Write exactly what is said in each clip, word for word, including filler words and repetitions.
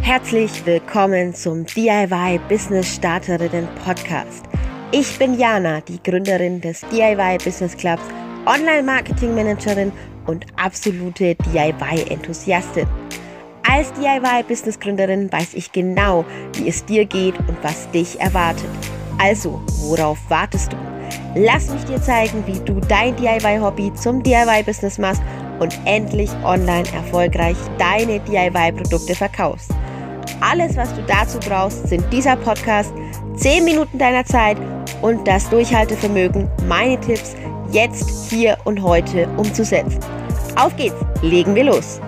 Herzlich willkommen zum D I Y Business Starterinnen Podcast. Ich bin Jana, die Gründerin des D I Y Business Clubs, Online-Marketing-Managerin und absolute D I Y-Enthusiastin. Als D I Y-Business-Gründerin weiß ich genau, wie es dir geht und was dich erwartet. Also, worauf wartest du? Lass mich dir zeigen, wie du dein D I Y-Hobby zum D I Y-Business machst und endlich online erfolgreich deine D I Y-Produkte verkaufst. Alles, was du dazu brauchst, sind dieser Podcast, zehn Minuten deiner Zeit und das Durchhaltevermögen, meine Tipps jetzt, hier und heute umzusetzen. Auf geht's, legen wir los!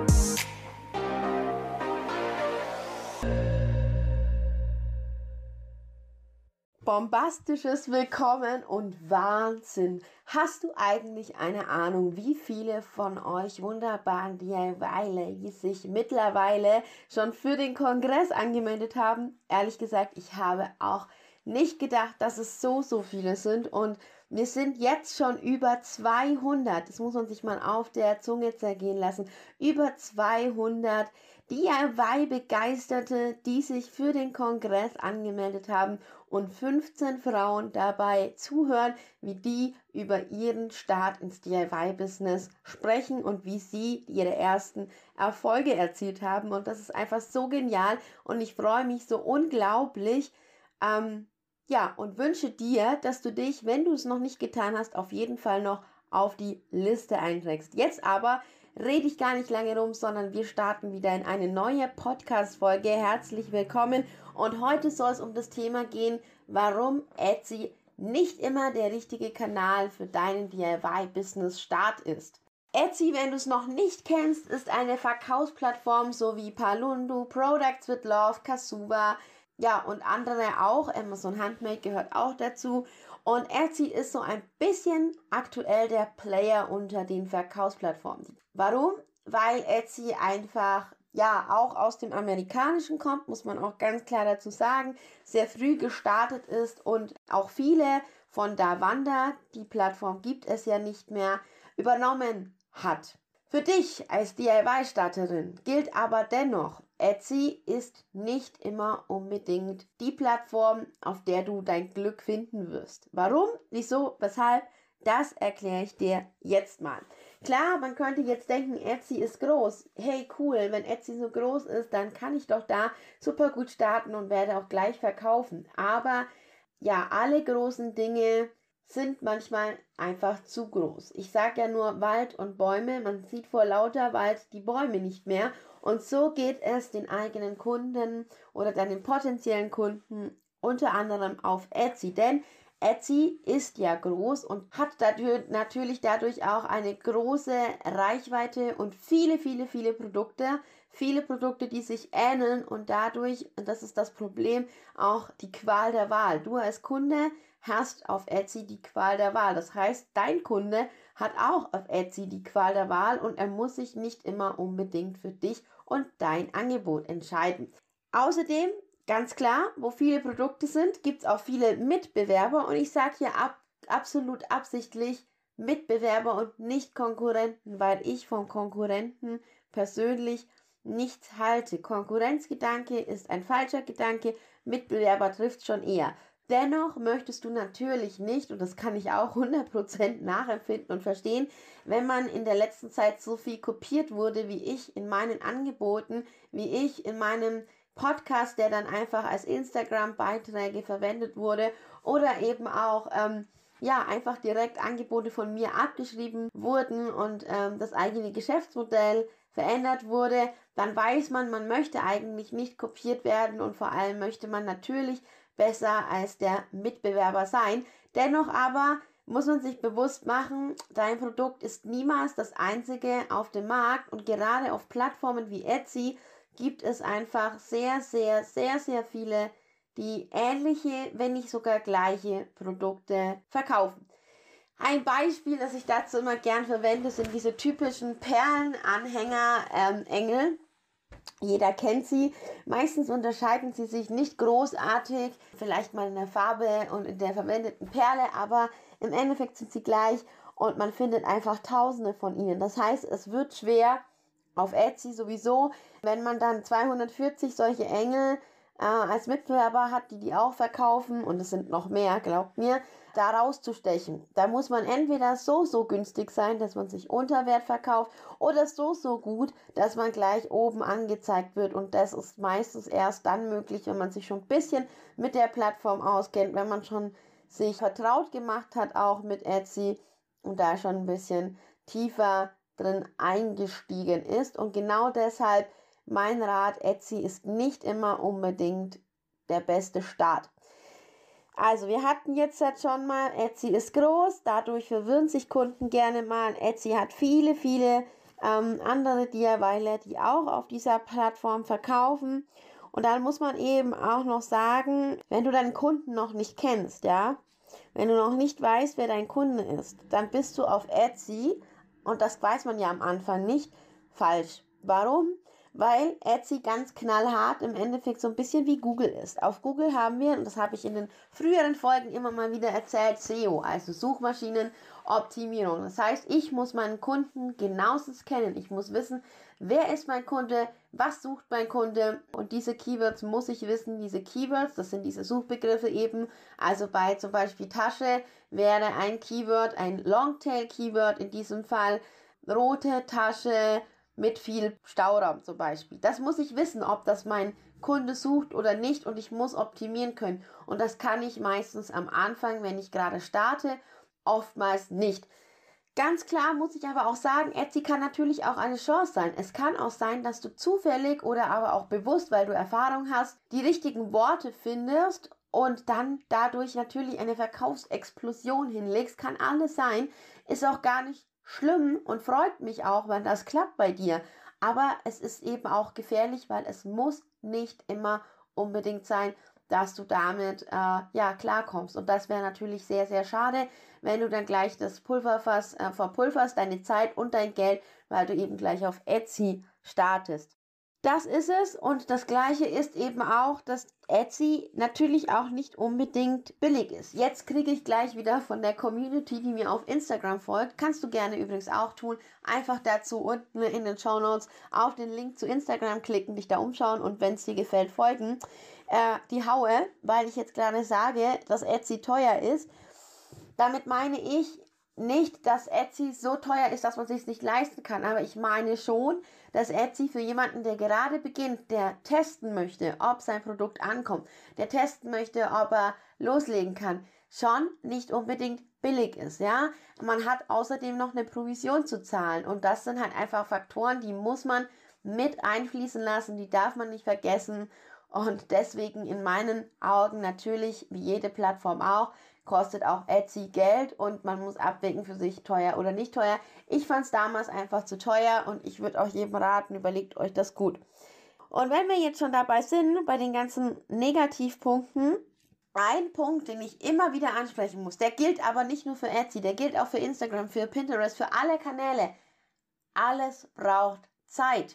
Bombastisches Willkommen und Wahnsinn! Hast du eigentlich eine Ahnung, wie viele von euch wunderbaren D I Yler sich mittlerweile schon für den Kongress angemeldet haben? Ehrlich gesagt, ich habe auch nicht gedacht, dass es so, so viele sind und wir sind jetzt schon über zweihundert. Das muss man sich mal auf der Zunge zergehen lassen. Über zweihundert D I Y-Begeisterte, die sich für den Kongress angemeldet haben und fünfzehn Frauen dabei zuhören, wie die über ihren Start ins D I Y-Business sprechen und wie sie ihre ersten Erfolge erzielt haben. Und das ist einfach so genial und ich freue mich so unglaublich, ähm, ja, und wünsche dir, dass du dich, wenn du es noch nicht getan hast, auf jeden Fall noch auf die Liste einträgst. Jetzt aber rede ich gar nicht lange rum, sondern wir starten wieder in eine neue Podcast-Folge. Herzlich willkommen und heute soll es um das Thema gehen, warum Etsy nicht immer der richtige Kanal für deinen D I Y-Business-Start ist. Etsy, wenn du es noch nicht kennst, ist eine Verkaufsplattform so wie Palundu, Products with Love, Kasuba, ja und andere auch. Amazon Handmade gehört auch dazu. Und Etsy ist so ein bisschen aktuell der Player unter den Verkaufsplattformen. Warum? Weil Etsy einfach, ja, auch aus dem Amerikanischen kommt, muss man auch ganz klar dazu sagen, sehr früh gestartet ist und auch viele von Davanda, die Plattform gibt es ja nicht mehr, übernommen hat. Für dich als D I Y-Starterin gilt aber dennoch, Etsy ist nicht immer unbedingt die Plattform, auf der du dein Glück finden wirst. Warum, wieso, weshalb, das erkläre ich dir jetzt mal. Klar, man könnte jetzt denken, Etsy ist groß. Hey, cool, wenn Etsy so groß ist, dann kann ich doch da super gut starten und werde auch gleich verkaufen. Aber ja, alle großen Dinge sind manchmal einfach zu groß. Ich sage ja nur Wald und Bäume, man sieht vor lauter Wald die Bäume nicht mehr. Und so geht es den eigenen Kunden oder deinen potenziellen Kunden unter anderem auf Etsy. Denn Etsy ist ja groß und hat dadurch, natürlich dadurch auch eine große Reichweite und viele, viele, viele Produkte. Viele Produkte, die sich ähneln und dadurch, und das ist das Problem, auch die Qual der Wahl. Du als Kunde hast auf Etsy die Qual der Wahl. Das heißt, dein Kunde hat auch auf Etsy die Qual der Wahl und er muss sich nicht immer unbedingt für dich und dein Angebot entscheiden. Außerdem, ganz klar, wo viele Produkte sind, gibt es auch viele Mitbewerber und ich sage hier ab, absolut absichtlich Mitbewerber und nicht Konkurrenten, weil ich vom Konkurrenten persönlich nichts halte. Konkurrenzgedanke ist ein falscher Gedanke, Mitbewerber trifft schon eher. Dennoch möchtest du natürlich nicht, und das kann ich auch hundert Prozent nachempfinden und verstehen, wenn man in der letzten Zeit so viel kopiert wurde, wie ich in meinen Angeboten, wie ich in meinem Podcast, der dann einfach als Instagram-Beiträge verwendet wurde oder eben auch, ähm, ja, einfach direkt Angebote von mir abgeschrieben wurden und ähm, das eigene Geschäftsmodell verändert wurde, dann weiß man, man möchte eigentlich nicht kopiert werden und vor allem möchte man natürlich besser als der Mitbewerber sein. Dennoch aber muss man sich bewusst machen, dein Produkt ist niemals das einzige auf dem Markt und gerade auf Plattformen wie Etsy gibt es einfach sehr, sehr, sehr, sehr viele, die ähnliche, wenn nicht sogar gleiche Produkte verkaufen. Ein Beispiel, das ich dazu immer gern verwende, sind diese typischen Perlenanhänger-Engel. Jeder kennt sie. Meistens unterscheiden sie sich nicht großartig, vielleicht mal in der Farbe und in der verwendeten Perle, aber im Endeffekt sind sie gleich und man findet einfach tausende von ihnen. Das heißt, es wird schwer, auf Etsy sowieso, wenn man dann zweihundertvierzig solche Engel äh, als Mitbewerber hat, die die auch verkaufen, und es sind noch mehr, glaubt mir, da rauszustechen. Da muss man entweder so, so günstig sein, dass man sich unter Wert verkauft, oder so, so gut, dass man gleich oben angezeigt wird. Und das ist meistens erst dann möglich, wenn man sich schon ein bisschen mit der Plattform auskennt, wenn man schon sich vertraut gemacht hat, auch mit Etsy, und da schon ein bisschen tiefer drin eingestiegen ist. Und genau deshalb mein Rat, Etsy ist nicht immer unbedingt der beste Start. Also wir hatten jetzt halt schon mal, Etsy ist groß, dadurch verwirren sich Kunden gerne mal. Etsy hat viele, viele ähm, andere D I Yler, die auch auf dieser Plattform verkaufen. Und dann muss man eben auch noch sagen, wenn du deinen Kunden noch nicht kennst, ja, wenn du noch nicht weißt, wer dein Kunde ist, dann bist du auf Etsy, und das weiß man ja am Anfang nicht, falsch. Warum? Weil Etsy ganz knallhart im Endeffekt so ein bisschen wie Google ist. Auf Google haben wir, und das habe ich in den früheren Folgen immer mal wieder erzählt, S E O, also Suchmaschinenoptimierung. Das heißt, ich muss meinen Kunden genauestens kennen. Ich muss wissen, wer ist mein Kunde, was sucht mein Kunde, und diese Keywords muss ich wissen. Diese Keywords, das sind diese Suchbegriffe eben. Also bei zum Beispiel Tasche wäre ein Keyword, ein Longtail-Keyword in diesem Fall, rote Tasche mit viel Stauraum zum Beispiel. Das muss ich wissen, ob das mein Kunde sucht oder nicht, und ich muss optimieren können. Und das kann ich meistens am Anfang, wenn ich gerade starte, oftmals nicht. Ganz klar muss ich aber auch sagen, Etsy kann natürlich auch eine Chance sein. Es kann auch sein, dass du zufällig oder aber auch bewusst, weil du Erfahrung hast, die richtigen Worte findest und dann dadurch natürlich eine Verkaufsexplosion hinlegst. Kann alles sein, ist auch gar nicht schlimm und freut mich auch, wenn das klappt bei dir. Aber es ist eben auch gefährlich, weil es muss nicht immer unbedingt sein, dass du damit äh, ja klarkommst. Und das wäre natürlich sehr, sehr schade, wenn du dann gleich das Pulverfass äh, verpulverst, deine Zeit und dein Geld, weil du eben gleich auf Etsy startest. Das ist es, und das Gleiche ist eben auch, dass Etsy natürlich auch nicht unbedingt billig ist. Jetzt kriege ich gleich wieder von der Community, die mir auf Instagram folgt, kannst du gerne übrigens auch tun, einfach dazu unten in den Shownotes auf den Link zu Instagram klicken, dich da umschauen und wenn es dir gefällt, folgen. Äh, die Haue, weil ich jetzt gerade sage, dass Etsy teuer ist. Damit meine ich nicht, dass Etsy so teuer ist, dass man es sich nicht leisten kann, aber ich meine schon, dass Etsy für jemanden, der gerade beginnt, der testen möchte, ob sein Produkt ankommt, der testen möchte, ob er loslegen kann, schon nicht unbedingt billig ist, ja. Man hat außerdem noch eine Provision zu zahlen, und das sind halt einfach Faktoren, die muss man mit einfließen lassen, die darf man nicht vergessen, und deswegen in meinen Augen natürlich, wie jede Plattform auch, kostet auch Etsy Geld, und man muss abwägen für sich, teuer oder nicht teuer. Ich fand es damals einfach zu teuer, und ich würde auch jedem raten, überlegt euch das gut. Und wenn wir jetzt schon dabei sind, bei den ganzen Negativpunkten, ein Punkt, den ich immer wieder ansprechen muss, der gilt aber nicht nur für Etsy, der gilt auch für Instagram, für Pinterest, für alle Kanäle. Alles braucht Zeit.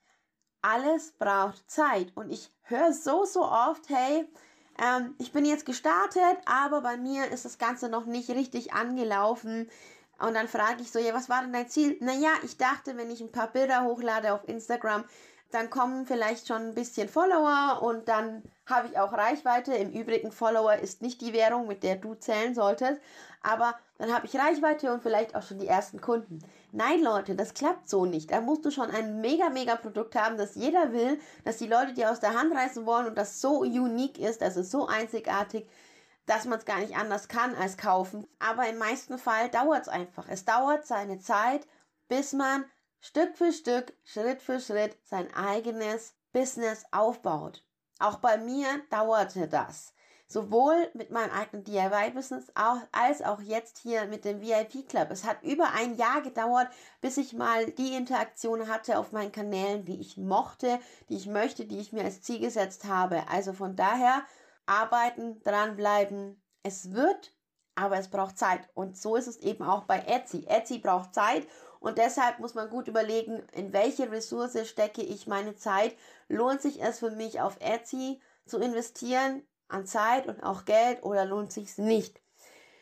Alles braucht Zeit. Und ich höre so, so oft, hey, ähm, ich bin jetzt gestartet, aber bei mir ist das Ganze noch nicht richtig angelaufen. Und dann frage ich so, ja, was war denn dein Ziel? Naja, ich dachte, wenn ich ein paar Bilder hochlade auf Instagram, dann kommen vielleicht schon ein bisschen Follower, und dann habe ich auch Reichweite. Im Übrigen, Follower ist nicht die Währung, mit der du zählen solltest, aber dann habe ich Reichweite und vielleicht auch schon die ersten Kunden. Nein, Leute, das klappt so nicht. Da musst du schon ein mega, mega Produkt haben, das jeder will, dass die Leute dir aus der Hand reißen wollen und das so unique ist, das ist so einzigartig, dass man es gar nicht anders kann als kaufen. Aber im meisten Fall dauert es einfach. Es dauert seine Zeit, bis man Stück für Stück, Schritt für Schritt sein eigenes Business aufbaut. Auch bei mir dauerte das. Sowohl mit meinem eigenen D I Y-Business als auch jetzt hier mit dem V I P-Club. Es hat über ein Jahr gedauert, bis ich mal die Interaktion hatte auf meinen Kanälen, die ich mochte, die ich möchte, die ich mir als Ziel gesetzt habe. Also von daher arbeiten, dranbleiben. Es wird, aber es braucht Zeit. Und so ist es eben auch bei Etsy. Etsy braucht Zeit, und deshalb muss man gut überlegen, in welche Ressource stecke ich meine Zeit. Lohnt sich es für mich, auf Etsy zu investieren, an Zeit und auch Geld, oder lohnt sich es nicht?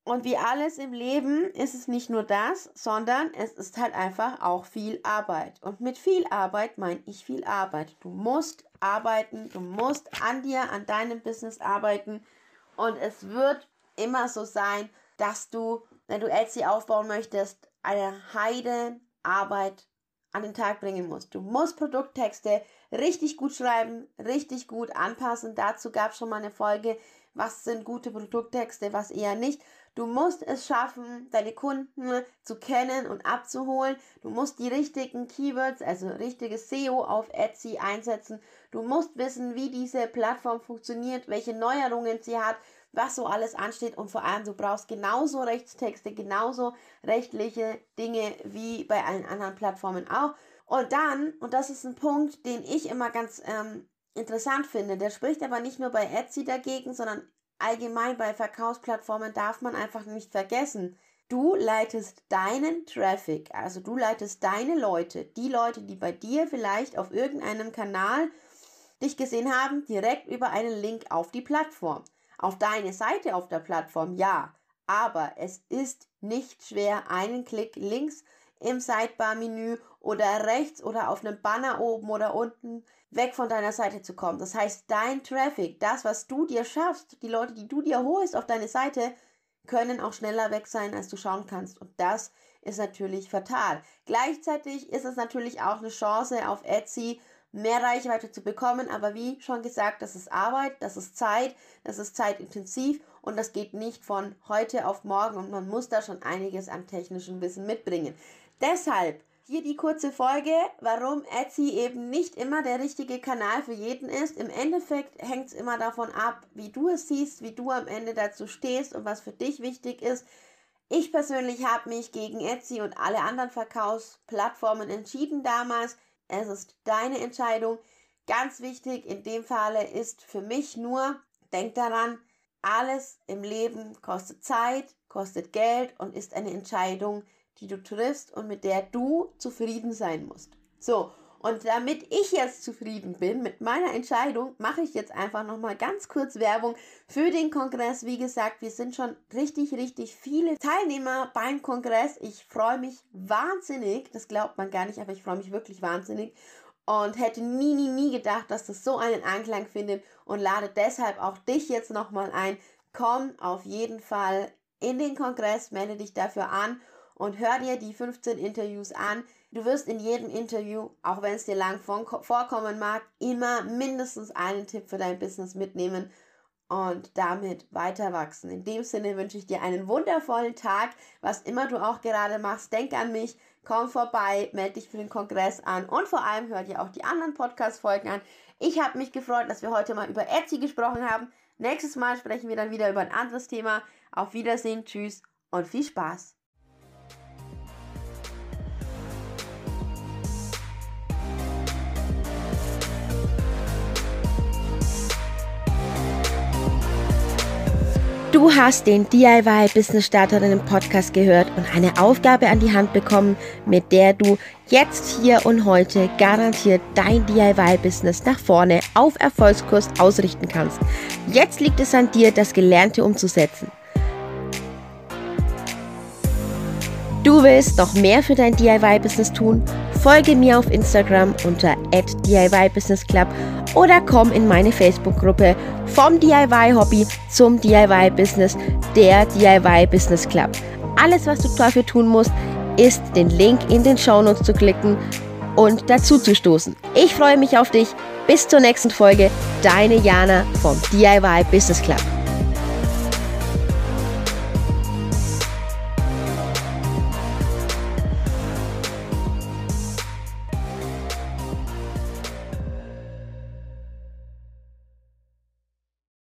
Und wie alles im Leben ist es nicht nur das, sondern es ist halt einfach auch viel Arbeit. Und mit viel Arbeit meine ich viel Arbeit. Du musst arbeiten, du musst an dir, an deinem Business arbeiten. Und es wird immer so sein, dass du, wenn du Etsy aufbauen möchtest, eine Heidenarbeit an den Tag bringen musst. Du musst Produkttexte richtig gut schreiben, richtig gut anpassen. Dazu gab es schon mal eine Folge, was sind gute Produkttexte, was eher nicht. Du musst es schaffen, deine Kunden zu kennen und abzuholen. Du musst die richtigen Keywords, also richtiges S E O auf Etsy einsetzen. Du musst wissen, wie diese Plattform funktioniert, welche Neuerungen sie hat, was so alles ansteht und vor allem, du brauchst genauso Rechtstexte, genauso rechtliche Dinge wie bei allen anderen Plattformen auch. Und dann, und das ist ein Punkt, den ich immer ganz ähm, interessant finde, der spricht aber nicht nur bei Etsy dagegen, sondern allgemein bei Verkaufsplattformen darf man einfach nicht vergessen. Du leitest deinen Traffic, also du leitest deine Leute, die Leute, die bei dir vielleicht auf irgendeinem Kanal dich gesehen haben, direkt über einen Link auf die Plattform. Auf deine Seite auf der Plattform, ja, aber es ist nicht schwer, einen Klick links im Sidebar-Menü oder rechts oder auf einem Banner oben oder unten weg von deiner Seite zu kommen. Das heißt, dein Traffic, das, was du dir schaffst, die Leute, die du dir holst auf deine Seite, können auch schneller weg sein, als du schauen kannst. Und das ist natürlich fatal. Gleichzeitig ist es natürlich auch eine Chance auf Etsy, mehr Reichweite zu bekommen. Aber wie schon gesagt, das ist Arbeit, das ist Zeit, das ist zeitintensiv und das geht nicht von heute auf morgen und man muss da schon einiges an technischem Wissen mitbringen. Deshalb hier die kurze Folge, warum Etsy eben nicht immer der richtige Kanal für jeden ist. Im Endeffekt hängt es immer davon ab, wie du es siehst, wie du am Ende dazu stehst und was für dich wichtig ist. Ich persönlich habe mich gegen Etsy und alle anderen Verkaufsplattformen entschieden damals. Es ist deine Entscheidung. Ganz wichtig in dem Falle ist für mich nur, denk daran, alles im Leben kostet Zeit, kostet Geld und ist eine Entscheidung, die du triffst und mit der du zufrieden sein musst. So, und damit ich jetzt zufrieden bin mit meiner Entscheidung, mache ich jetzt einfach nochmal ganz kurz Werbung für den Kongress. Wie gesagt, wir sind schon richtig, richtig viele Teilnehmer beim Kongress. Ich freue mich wahnsinnig, das glaubt man gar nicht, aber ich freue mich wirklich wahnsinnig und hätte nie, nie, nie gedacht, dass das so einen Anklang findet und lade deshalb auch dich jetzt nochmal ein. Komm auf jeden Fall in den Kongress, melde dich dafür an und hör dir die fünfzehn Interviews an. Du wirst in jedem Interview, auch wenn es dir lang vorkommen mag, immer mindestens einen Tipp für dein Business mitnehmen und damit weiter wachsen. In dem Sinne wünsche ich dir einen wundervollen Tag, was immer du auch gerade machst. Denk an mich, komm vorbei, melde dich für den Kongress an und vor allem hör dir auch die anderen Podcast-Folgen an. Ich habe mich gefreut, dass wir heute mal über Etsy gesprochen haben. Nächstes Mal sprechen wir dann wieder über ein anderes Thema. Auf Wiedersehen, tschüss und viel Spaß. Du hast den D I Y Business Starterinnen Podcast gehört und eine Aufgabe an die Hand bekommen, mit der du jetzt, hier und heute garantiert dein D I Y Business nach vorne auf Erfolgskurs ausrichten kannst. Jetzt liegt es an dir, das Gelernte umzusetzen. Du willst noch mehr für dein D I Y Business tun? Folge mir auf Instagram unter at D I Y Business Club oder komm in meine Facebook-Gruppe vom D I Y-Hobby zum D I Y-Business, der D I Y-Business Club. Alles, was du dafür tun musst, ist, den Link in den Shownotes zu klicken und dazu zu stoßen. Ich freue mich auf dich. Bis zur nächsten Folge. Deine Jana vom D I Y Business Club.